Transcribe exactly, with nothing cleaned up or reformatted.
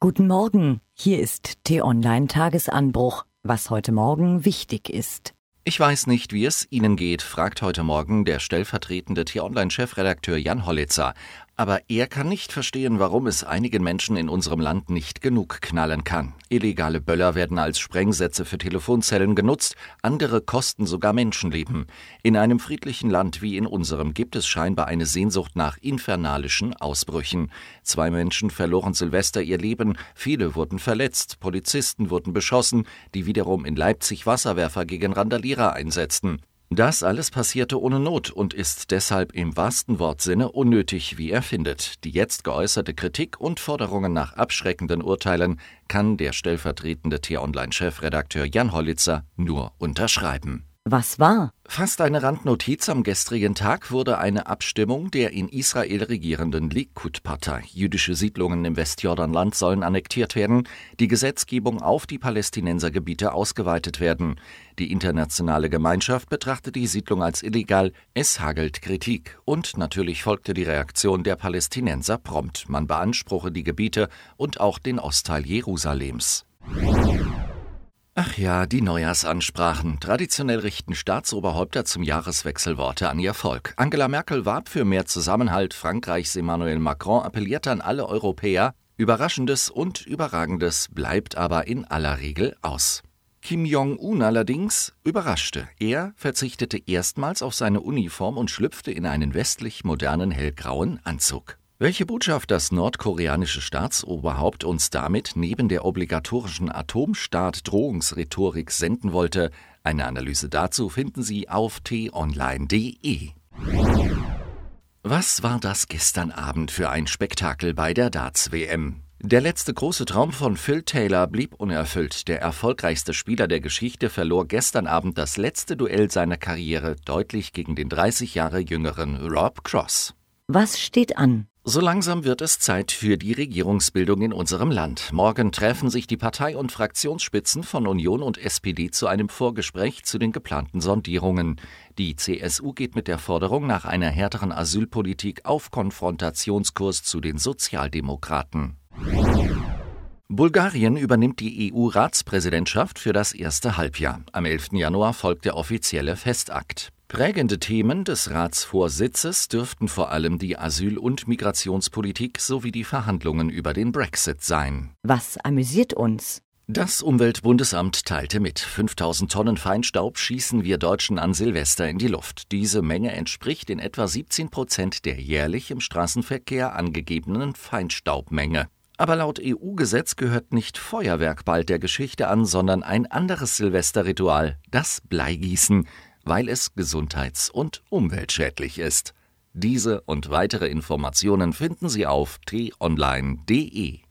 Guten Morgen, hier ist T-Online Tagesanbruch, was heute Morgen wichtig ist. Ich weiß nicht, wie es Ihnen geht, fragt heute Morgen der stellvertretende T-Online-Chefredakteur Jan Hollitzer. Aber er kann nicht verstehen, warum es einigen Menschen in unserem Land nicht genug knallen kann. Illegale Böller werden als Sprengsätze für Telefonzellen genutzt, andere kosten sogar Menschenleben. In einem friedlichen Land wie in unserem gibt es scheinbar eine Sehnsucht nach infernalischen Ausbrüchen. Zwei Menschen verloren Silvester ihr Leben, viele wurden verletzt, Polizisten wurden beschossen, die wiederum in Leipzig Wasserwerfer gegen Randalierer einsetzten. Das alles passierte ohne Not und ist deshalb im wahrsten Wortsinne unnötig, wie er findet. Die jetzt geäußerte Kritik und Forderungen nach abschreckenden Urteilen kann der stellvertretende T-Online-Chefredakteur Jan Hollitzer nur unterschreiben. Was war? Fast eine Randnotiz: Am gestrigen Tag wurde eine Abstimmung der in Israel regierenden Likud-Partei. Jüdische Siedlungen im Westjordanland sollen annektiert werden, die Gesetzgebung auf die Palästinensergebiete ausgeweitet werden. Die internationale Gemeinschaft betrachtet die Siedlung als illegal, es hagelt Kritik. Und natürlich folgte die Reaktion der Palästinenser prompt. Man beanspruche die Gebiete und auch den Ostteil Jerusalems. Ach ja, die Neujahrsansprachen. Traditionell richten Staatsoberhäupter zum Jahreswechsel Worte an ihr Volk. Angela Merkel warb für mehr Zusammenhalt, Frankreichs Emmanuel Macron appelliert an alle Europäer. Überraschendes und Überragendes bleibt aber in aller Regel aus. Kim Jong-un allerdings überraschte. Er verzichtete erstmals auf seine Uniform und schlüpfte in einen westlich modernen hellgrauen Anzug. Welche Botschaft das nordkoreanische Staatsoberhaupt uns damit neben der obligatorischen Atomstaat-Drohungsrhetorik senden wollte, eine Analyse dazu finden Sie auf t online punkt de. Was war das gestern Abend für ein Spektakel bei der Darts-W M? Der letzte große Traum von Phil Taylor blieb unerfüllt. Der erfolgreichste Spieler der Geschichte verlor gestern Abend das letzte Duell seiner Karriere deutlich gegen den dreißig Jahre jüngeren Rob Cross. Was steht an? So langsam wird es Zeit für die Regierungsbildung in unserem Land. Morgen treffen sich die Partei- und Fraktionsspitzen von Union und S P D zu einem Vorgespräch zu den geplanten Sondierungen. Die C S U geht mit der Forderung nach einer härteren Asylpolitik auf Konfrontationskurs zu den Sozialdemokraten. Bulgarien übernimmt die E U-Ratspräsidentschaft für das erste Halbjahr. Am elften Januar folgt der offizielle Festakt. Prägende Themen des Ratsvorsitzes dürften vor allem die Asyl- und Migrationspolitik sowie die Verhandlungen über den Brexit sein. Was amüsiert uns? Das Umweltbundesamt teilte mit, fünftausend Tonnen Feinstaub schießen wir Deutschen an Silvester in die Luft. Diese Menge entspricht in etwa siebzehn Prozent der jährlich im Straßenverkehr angegebenen Feinstaubmenge. Aber laut E U-Gesetz gehört nicht Feuerwerk bald der Geschichte an, sondern ein anderes Silvesterritual, das Bleigießen, weil es gesundheits- und umweltschädlich ist. Diese und weitere Informationen finden Sie auf t online punkt de.